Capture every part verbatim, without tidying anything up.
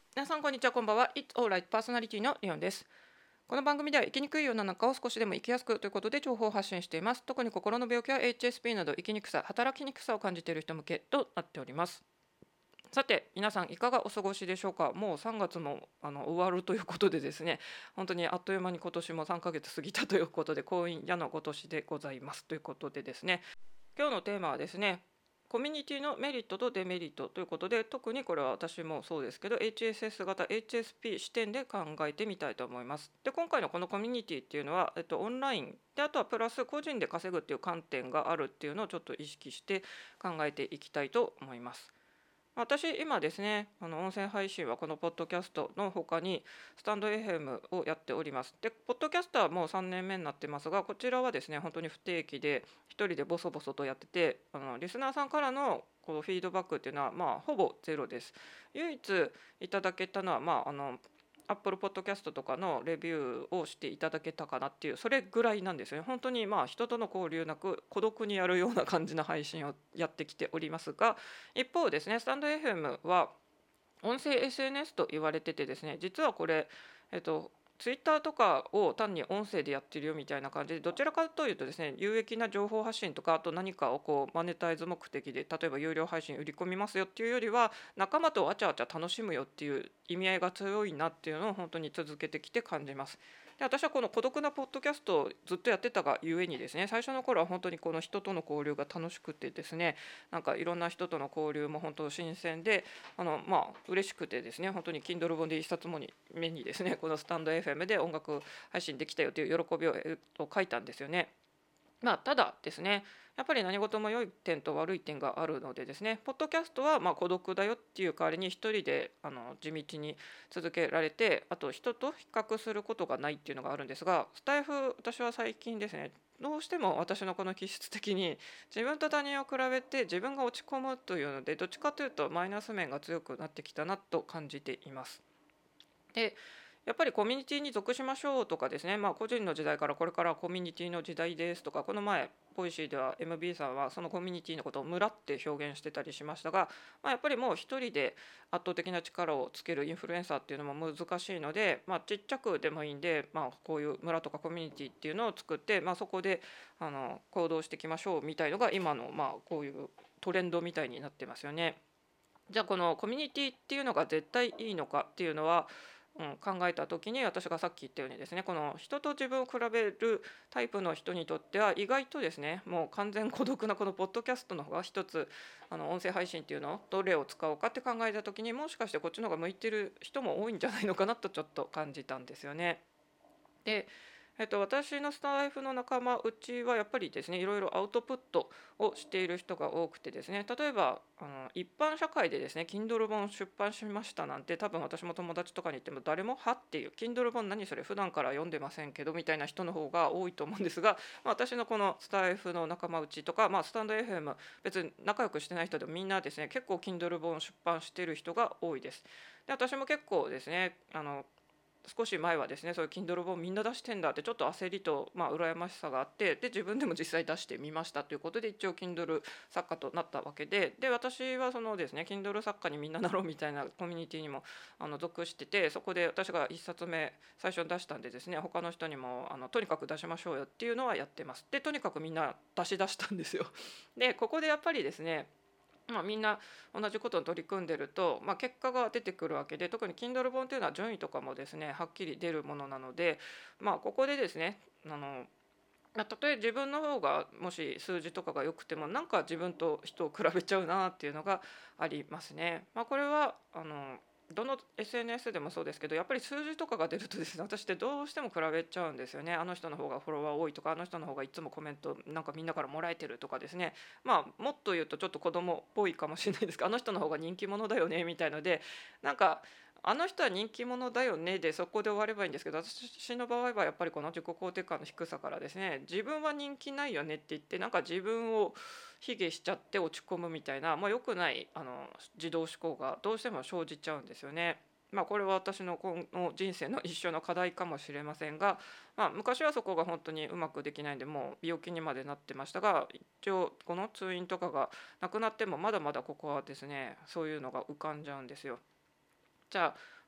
皆さんこんにちは、こんばんは。 It's Alright パーソナリティのリオンです。この番組では生きにくい世の中を少しでも生きやすくということで情報を発信しています。特に心の病気や エイチエスピー など生きにくさ、働きにくさを感じている人向けとなっております。さて皆さんいかがお過ごしでしょうか。もうさんがつもあの終わるということでですね、本当にあっという間に今年もさんかげつ過ぎたということで、婚姻矢の今年でございますということでですね、今日のテーマはですね、コミュニティのメリットとデメリットということで、特にこれは私もそうですけど エイチエスエス 型 エイチエスピー 視点で考えてみたいと思います。で今回のこのコミュニティっていうのは、えっと、オンラインで、あとはプラス個人で稼ぐっていう観点があるっていうのをちょっと意識して考えていきたいと思います。私今ですね、あの音声配信はこのポッドキャストの他にスタンド エフエム をやっております。でポッドキャストはもうさんねんめになってますが、こちらはですね本当に不定期で一人でボソボソとやってて、あのリスナーさんからのこのフィードバックっていうのはまあほぼゼロです。唯一いただけたのはまああのApple Podcast とかのレビューをしていただけたかなっていう、それぐらいなんですよね。本当にまあ人との交流なく孤独にやるような感じの配信をやってきておりますが、一方ですねスタンド エフエム は音声 エスエヌエス と言われててですね、実はこれえっとツイッターとかを単に音声でやってるよみたいな感じで、どちらかというとですね有益な情報発信とか、あと何かをこうマネタイズ目的で例えば有料配信売り込みますよっていうよりは、仲間とわちゃわちゃ楽しむよっていう意味合いが強いなっていうのを本当に続けてきて感じます。で私はこの孤独なポッドキャストをずっとやってたがゆえにですね、最初の頃は本当にこの人との交流が楽しくてですね、なんかいろんな人との交流も本当新鮮で、あのまあ嬉しくてですね、本当に Kindle 本で一冊目にですねこのスタンド エフエム で音楽配信できたよという喜びを、えっと、書いたんですよね。まあ、ただですね、やっぱり何事も良い点と悪い点があるのでですね、ポッドキャストはまあ孤独だよっていう代わりに一人であの地道に続けられて、あと人と比較することがないっていうのがあるんですが、スタイフ私は最近ですね、どうしても私のこの気質的に自分と他人を比べて自分が落ち込むというので、どっちかというとマイナス面が強くなってきたなと感じています。でやっぱりコミュニティに属しましょうとかですね、まあ、個人の時代からこれからコミュニティの時代ですとか、この前ボイシーでは エムビー さんはそのコミュニティのことを村って表現してたりしましたが、まあ、やっぱりもう一人で圧倒的な力をつけるインフルエンサーっていうのも難しいので、まあ、ちっちゃくでもいいんで、まあ、こういう村とかコミュニティっていうのを作って、まあ、そこであの行動していきましょうみたいのが今の、まあ、こういうトレンドみたいになってますよね。じゃあこのコミュニティっていうのが絶対いいのかっていうのは、うん、考えた時に私がさっき言ったようにですね、この人と自分を比べるタイプの人にとっては意外とですね、もう完全孤独なこのポッドキャストの方が一つ、あの音声配信っていうのをどれを使おうかって考えた時に、もしかしてこっちの方が向いてる人も多いんじゃないのかなとちょっと感じたんですよね。でえっと、私のスタイフの仲間うちはやっぱりですね、いろいろアウトプットをしている人が多くてですね、例えばあの一般社会でですね Kindle 本出版しましたなんて、多分私も友達とかに言っても誰もはっていう、 Kindle 本何それ普段から読んでませんけどみたいな人の方が多いと思うんですが、まあ、私のこのスタイフの仲間うちとか、まあ、スタンド エフエム 別に仲良くしてない人でもみんなですね結構 Kindle 本出版している人が多いです。で私も結構ですね、あの少し前はですね、そういう Kindle 本みんな出してんだってちょっと焦りと、まあ、羨ましさがあって、で自分でも実際出してみましたということで一応 Kindle 作家となったわけで、で私はそのですね Kindle 作家にみんななろうみたいなコミュニティにもあの属してて、そこで私がいっさつめ最初に出したんでですね、他の人にもあのとにかく出しましょうよっていうのはやってます。でとにかくみんな出し出したんですよ。でここでやっぱりですね、まあ、みんな同じことに取り組んでると、まあ、結果が出てくるわけで、特に Kindle 本というのは順位とかもですねはっきり出るものなので、まあ、ここでですねあのまあたとえ自分の方がもし数字とかが良くても、なんか自分と人を比べちゃうなっていうのがありますね。まあ、これはあのどの エスエヌエス でもそうですけど、やっぱり数字とかが出るとですね、私ってどうしても比べちゃうんですよね。あの人の方がフォロワー多いとか、あの人の方がいつもコメントなんかみんなからもらえてるとかですね、まあもっと言うとちょっと子供っぽいかもしれないですが、あの人の方が人気者だよねみたいので、なんかあの人は人気者だよねでそこで終わればいいんですけど、私の場合はやっぱりこの自己肯定感の低さからですね、自分は人気ないよねって言って、なんか自分を卑下しちゃって落ち込むみたいな、まあ、良くないあの自動思考がどうしても生じちゃうんですよね。まあ、これは私の今の人生の一生の課題かもしれませんが、まあ、昔はそこが本当にうまくできないんで、もう病気にまでなってましたが、一応この通院とかがなくなってもまだまだここはですねそういうのが浮かんじゃうんですよ。じゃあ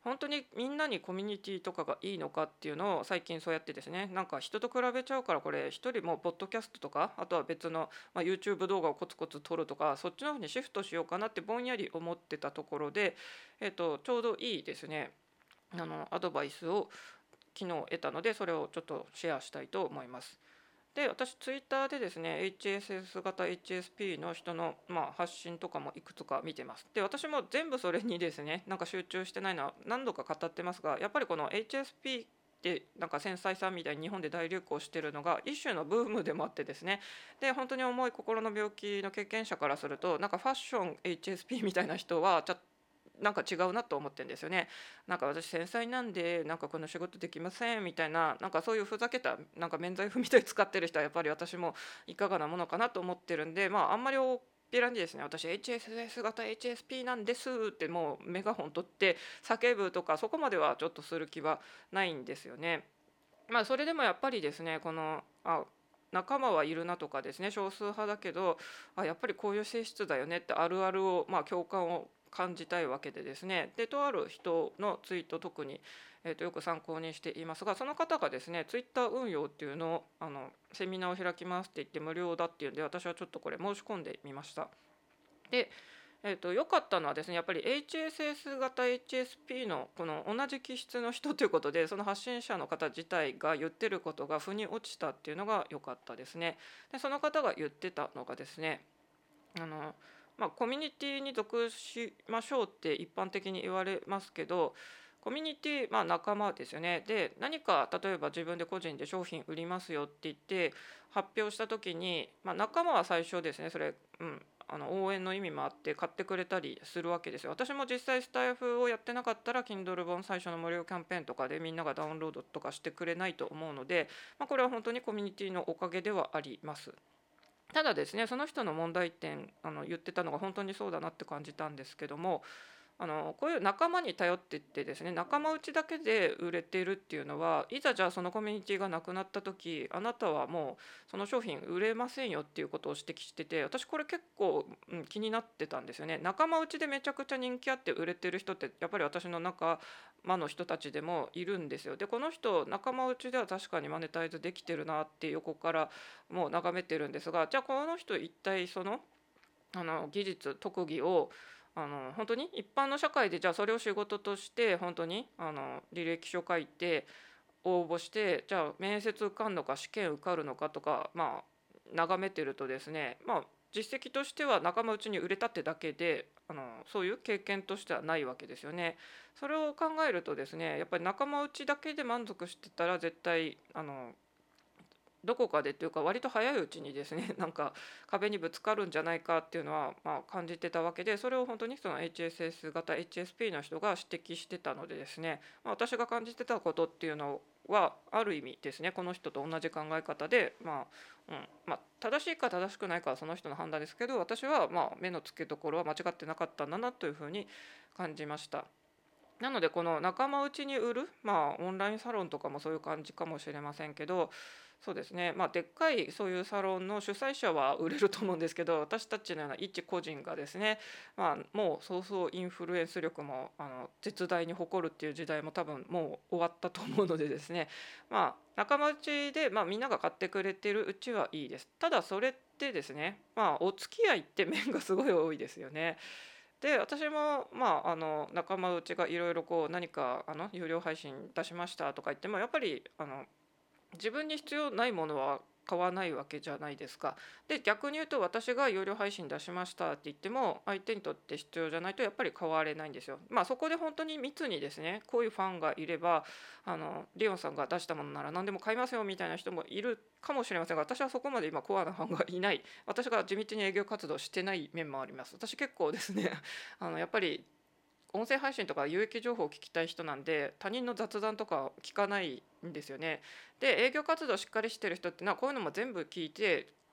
本当にみんなにコミュニティとかがいいのかっていうのを最近そうやってですね、なんか人と比べちゃうから、これ一人もポッドキャストとか、あとは別の、まあ、YouTube 動画をコツコツ撮るとか、そっちの方にシフトしようかなってぼんやり思ってたところで、えっと、ちょうどいいですね、あのアドバイスを昨日得たので、それをちょっとシェアしたいと思います。で、私ツイッターでですね エイチエスエス 型 エイチエスピー の人の、まあ、発信とかもいくつか見てます。で、私も全部それにですねなんか集中してないのは何度か語ってますが、やっぱりこの エイチエスピー ってなんか繊細さんみたいに日本で大流行してるのが一種のブームでもあってですね、で本当に重い心の病気の経験者からすると、なんかファッション エイチエスピー みたいな人はちょっとなんか違うなと思ってるんですよね。なんか私繊細なんでなんかこの仕事できませんみたいな、なんかそういうふざけたなんか免罪符みたいに使ってる人はやっぱり私もいかがなものかなと思ってるんで、まああんまり大っぴらにですね、私 エイチエスエス 型 エイチエスピー なんですってもうメガホン取って叫ぶとか、そこまではちょっとする気はないんですよね。まあそれでもやっぱりですね、このあ仲間はいるなとかですね、少数派だけどあやっぱりこういう性質だよねってあるあるを、まあ、共感を感じたいわけでですね、でとある人のツイート特に、えー、とよく参考にしていますが、その方がですねツイッター運用っていうのをあのセミナーを開きますって言って無料だっていうんで、私はちょっとこれ申し込んでみました。でえー、と良かったのはですね、やっぱり エイチエスエス 型 エイチエスピー のこの同じ気質の人ということで、その発信者の方自体が言ってることが腑に落ちたっていうのが良かったですね。でその方が言ってたのがですね、あの、まあ、コミュニティに属しましょうって一般的に言われますけど、コミュニティ、まあ、仲間ですよね。で何か例えば自分で個人で商品売りますよって言って発表した時に、まあ、仲間は最初ですねそれ、うん、あの応援の意味もあって買ってくれたりするわけですよ。私も実際スタイフをやってなかったら Kindle 本最初の無料キャンペーンとかでみんながダウンロードとかしてくれないと思うので、まあ、これは本当にコミュニティのおかげではあります。ただですね、その人の問題点あの言ってたのが本当にそうだなって感じたんですけども、あのこういう仲間に頼ってってですね、仲間内だけで売れてるっていうのは、いざじゃあそのコミュニティがなくなった時、あなたはもうその商品売れませんよっていうことを指摘してて、私これ結構、うん、気になってたんですよね。仲間内でめちゃくちゃ人気あって売れてる人ってやっぱり私の仲間の人たちでもいるんですよ。でこの人仲間内では確かにマネタイズできてるなって横からもう眺めてるんですが、じゃあこの人一体そのあの技術特技をあの本当に一般の社会でじゃあそれを仕事として本当にあの履歴書書いて応募して、じゃあ面接受かるのか試験受かるのかとか、まあ眺めてるとですね、まあ実績としては仲間内に売れたってだけで、あのそういう経験としてはないわけですよね。それを考えるとですね、やっぱり仲間内だけで満足してたら絶対あのどこかでっていうか割と早いうちにですねなんか壁にぶつかるんじゃないかっていうのはまあ感じてたわけで、それを本当にその エイチエスエス 型 エイチエスピー の人が指摘してたのでですね、まあ、私が感じてたことっていうのはある意味ですねこの人と同じ考え方で、まあうんまあ、正しいか正しくないかはその人の判断ですけど、私はまあ目の付けどころは間違ってなかったんだなというふうに感じました。なのでこの仲間内に売る、まあオンラインサロンとかもそういう感じかもしれませんけど、そうですね、まあでっかいそういうサロンの主催者は売れると思うんですけど、私たちのような一個人がですね、まあもうそうそうインフルエンス力もあの絶大に誇るっていう時代も多分もう終わったと思うのでですね、まあ仲間内で、まあ、みんなが買ってくれてるうちはいいです。ただそれってですね、まあお付き合いって面がすごい多いですよね。で私も、まあ、あの仲間内がいろいろこう何かあの有料配信出しましたとか言ってもやっぱりあの自分に必要ないものは買わないわけじゃないですか。で逆に言うと私が有料配信出しましたって言っても相手にとって必要じゃないとやっぱり買われないんですよ。まあそこで本当に密にですねこういうファンがいれば、あのリオンさんが出したものなら何でも買いますよみたいな人もいるかもしれませんが、私はそこまで今コアなファンがいない、私が地道に営業活動してない面もあります。私結構ですねあのやっぱり音声配信とか有益情報を聞きたい人なんで、他人の雑談とか聞かないんですよね。で営業活動しっかりしてる人っていうのはこういうのも全部聞いて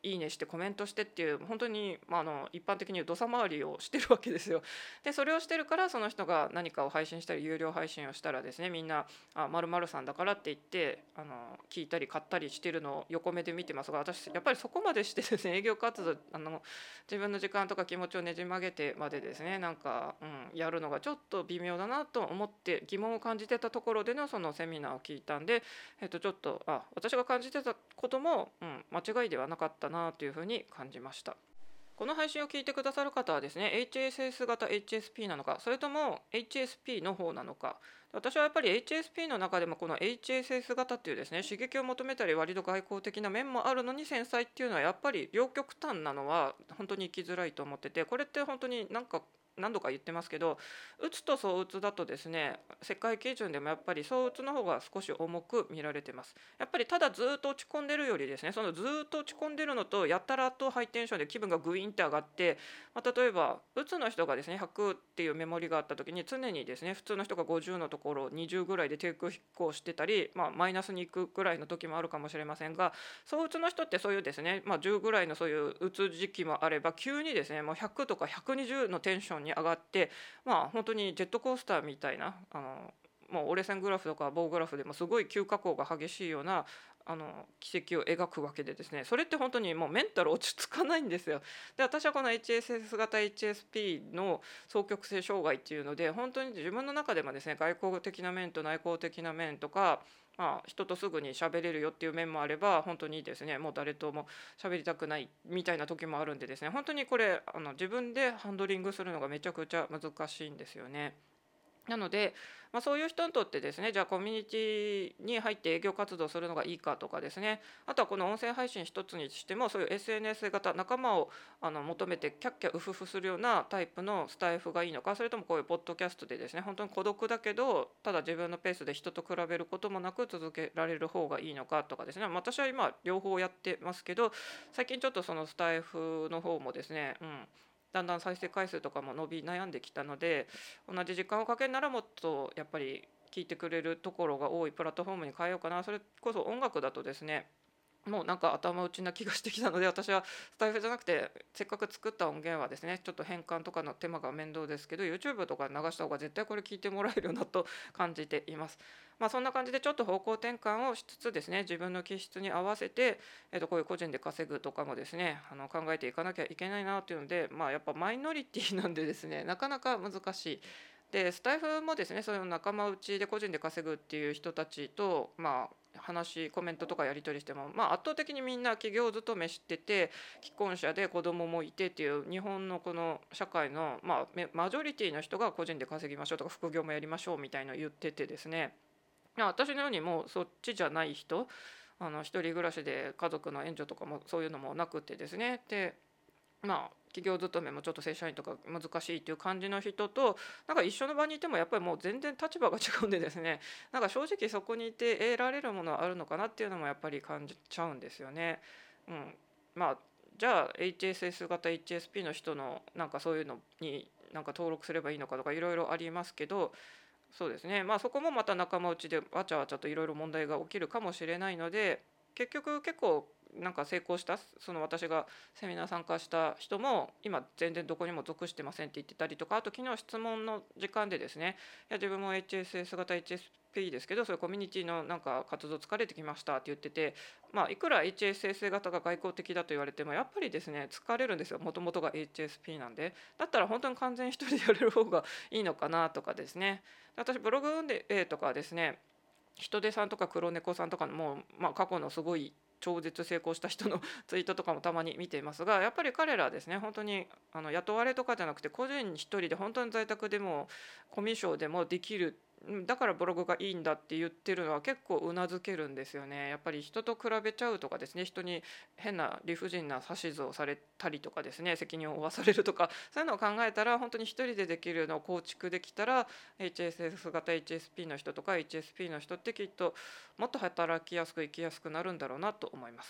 いいねしてコメントしてっていう本当に、まあ、あの一般的に言う土佐回りをしてるわけですよ。でそれをしてるからその人が何かを配信したり有料配信をしたらですねみんなあ〇〇さんだからって言ってあの聞いたり買ったりしてるのを横目で見てますが、私やっぱりそこまでしてですね営業活動あの自分の時間とか気持ちをねじ曲げてまでですねなんか、うん、やるのがちょっと微妙だなと思って疑問を感じてたところでのそのセミナーを聞いたんで、えっと、ちょっとあ私が感じてたことも、うん、間違いではなかったなというふうに感じました。この配信を聞いてくださる方はですね エイチエスエス 型 エイチエスピー なのか、それとも エイチエスピー の方なのか。私はやっぱり エイチエスピー の中でもこの エイチエスエス 型っていうですね刺激を求めたり割と外交的な面もあるのに繊細っていうのはやっぱり両極端なのは本当に生きづらいと思ってて、これって本当になんか何度か言ってますけど、うつと躁うつだとですね世界基準でもやっぱり躁うつの方が少し重く見られてます。やっぱりただずっと落ち込んでるよりですね、そのずっと落ち込んでるのとやたらとハイテンションで気分がグイーンって上がって、まあ、例えばうつの人がですねひゃくっていうメモリがあった時に常にですね普通の人がごじゅうのところにじゅうぐらいで低空飛行してたり、まあ、マイナスに行くぐらいの時もあるかもしれませんが、躁うつの人ってそういうですね、まあ、じゅうぐらいのそういううつ時期もあれば急にですねもうひゃくとかひゃくにじゅうのテンションに上がって、まあ本当にジェットコースターみたいなあのもう折れ線グラフとか棒グラフでもすごい急下降が激しいようなあの奇跡を描くわけでですね、それって本当にもうメンタル落ち着かないんですよ。で私はこの エイチエスエス 型 エイチエスピー の双極性障害っていうので本当に自分の中でもですね外交的な面と内向的な面とか、まあ、人とすぐに喋れるよっていう面もあれば本当にですねもう誰とも喋りたくないみたいな時もあるんでですね、本当にこれあの自分でハンドリングするのがめちゃくちゃ難しいんですよね。なので、まあ、そういう人にとってですねじゃあコミュニティに入って営業活動するのがいいかとかですね、あとはこの音声配信一つにしてもそういう エスエヌエス 型仲間をあの求めてキャッキャウフフするようなタイプのスタイフがいいのか、それともこういうポッドキャストでですね本当に孤独だけどただ自分のペースで人と比べることもなく続けられる方がいいのかとかですね、私は今両方やってますけど最近ちょっとそのスタイフの方もですね、うんだんだん再生回数とかも伸び悩んできたので、同じ時間をかけるならもっとやっぱり聞いてくれるところが多いプラットフォームに変えようかな。それこそ音楽だとですねもうなんか頭打ちな気がしてきたので、私はスタイフじゃなくてせっかく作った音源はですねちょっと変換とかの手間が面倒ですけど YouTube とかで流した方が絶対これ聞いてもらえるなと感じています。まあそんな感じでちょっと方向転換をしつつですね自分の気質に合わせて、えー、とこういう個人で稼ぐとかもですねあの考えていかなきゃいけないなというので、まあやっぱマイノリティなんでですねなかなか難しい。でスタイフもですねそういう仲間内で個人で稼ぐっていう人たちとまあ話コメントとかやり取りしても、まあ、圧倒的にみんな企業勤めしてて既婚者で子供もいてっていう日本のこの社会の、まあ、マジョリティの人が個人で稼ぎましょうとか副業もやりましょうみたいなのを言っててですね、私のようにもうそっちじゃない人、あの一人暮らしで家族の援助とかもそういうのもなくてですね、でまあ企業勤めもちょっと正社員とか難しいっていう感じの人となんか一緒の場にいてもやっぱりもう全然立場が違うんでですね、なんか正直そこにいて得られるものはあるのかなっていうのもやっぱり感じちゃうんですよね。うん、まあじゃあ エイチエスエス 型 エイチエスピー の人のなんかそういうのになんか登録すればいいのかとかいろいろありますけど、そうですね、まあそこもまた仲間内でわちゃわちゃといろいろ問題が起きるかもしれないので、結局結構なんか成功したその私がセミナー参加した人も今全然どこにも属してませんって言ってたりとか、あと昨日質問の時間でですねいや自分も エイチエスエス 型 エイチエスピー ですけどそういうコミュニティのなんか活動疲れてきましたって言ってて、まあいくら エイチエスエス 型が外交的だと言われてもやっぱりですね疲れるんですよ。もともとが エイチエスピー なんで、だったら本当に完全に一人でやれる方がいいのかなとかですね。私ブログ運営とかですね人手さんとか黒猫さんとかのもう、まあ、過去のすごい超絶成功した人のツイートとかもたまに見ていますが、やっぱり彼らはですね本当にあの雇われとかじゃなくて個人一人で本当に在宅でもコミュ障でもできる、だからブログがいいんだって言ってるのは結構うなずけるんですよね。やっぱり人と比べちゃうとかですね、人に変な理不尽な指図をされたりとかですね、責任を負わされるとかそういうのを考えたら本当に一人でできるのを構築できたら エイチエスエス 型 エイチエスピー の人とか エイチエスピー の人ってきっともっと働きやすく生きやすくなるんだろうなと思います。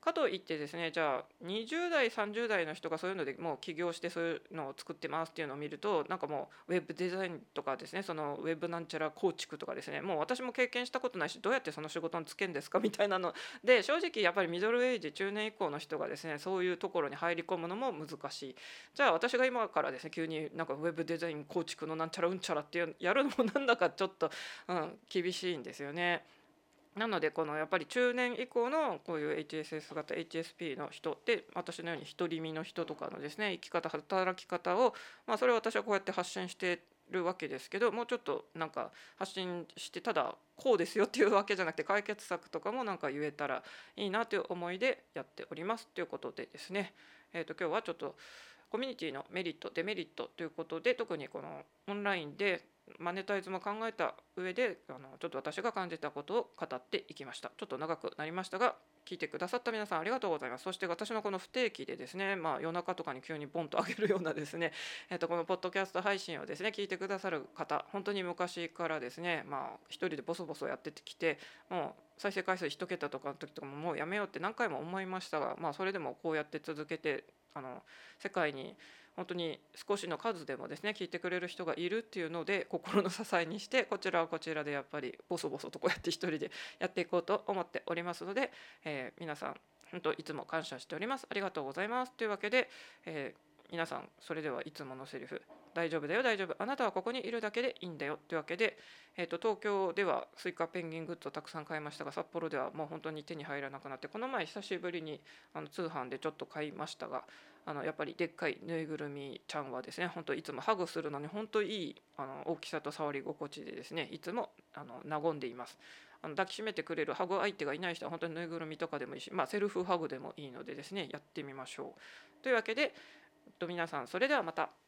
かといってですね、じゃあにじゅう代さんじゅう代の人がそういうのでもう起業してそういうのを作ってますっていうのを見ると、なんかもうウェブデザインとかですね、そのウェブなんちゃら構築とかですね、もう私も経験したことないし、どうやってその仕事に就けんですかみたいなので、正直やっぱりミドルエイジ中年以降の人がですね、そういうところに入り込むのも難しい。じゃあ私が今からですね、急になんかウェブデザイン構築のなんちゃらうんちゃらっていうやるのもなんだかちょっと、うん、厳しいんですよね。なのでこのやっぱり中年以降のこういう エイチエスエス 型 エイチエスピー の人で、私のように独り身の人とかのですね生き方働き方を、まあ、それを私はこうやって発信してるわけですけど、もうちょっとなんか発信してただこうですよっていうわけじゃなくて、解決策とかもなんか言えたらいいなという思いでやっておりますということでですね、えーと今日はちょっとコミュニティのメリットデメリットということで、特にこのオンラインでマネタイズも考えた上で、あのちょっと私が感じたことを語っていきました。ちょっと長くなりましたが、聞いてくださった皆さんありがとうございます。そして私のこの不定期でですね、まあ、夜中とかに急にボンと上げるようなですね、えー、とこのポッドキャスト配信をですね聞いてくださる方、本当に昔からですね、まあ、一人でボソボソやってきて、もう再生回数一桁とかの時とかももうやめようって何回も思いましたが、まあ、それでもこうやって続けて、あの世界に本当に少しの数でもですね聞いてくれる人がいるっていうので心の支えにして、こちらはこちらでやっぱりボソボソとこうやって一人でやっていこうと思っておりますので、えー、皆さん本当いつも感謝しております。ありがとうございます。というわけで、えー、皆さんそれではいつものセリフ、大丈夫だよ大丈夫、あなたはここにいるだけでいいんだよというわけで、えー、と東京ではスイカペンギングッズをたくさん買いましたが、札幌ではもう本当に手に入らなくなって、この前久しぶりにあの通販でちょっと買いましたが、あのやっぱりでっかいぬいぐるみちゃんはですね、本当いつもハグするのに本当いいあの大きさと触り心地でですね、いつもあの和んでいます。あの抱きしめてくれるハグ相手がいない人は本当にぬいぐるみとかでもいいし、まあ、セルフハグでもいいのでですね、やってみましょう。というわけで、皆さんそれではまた。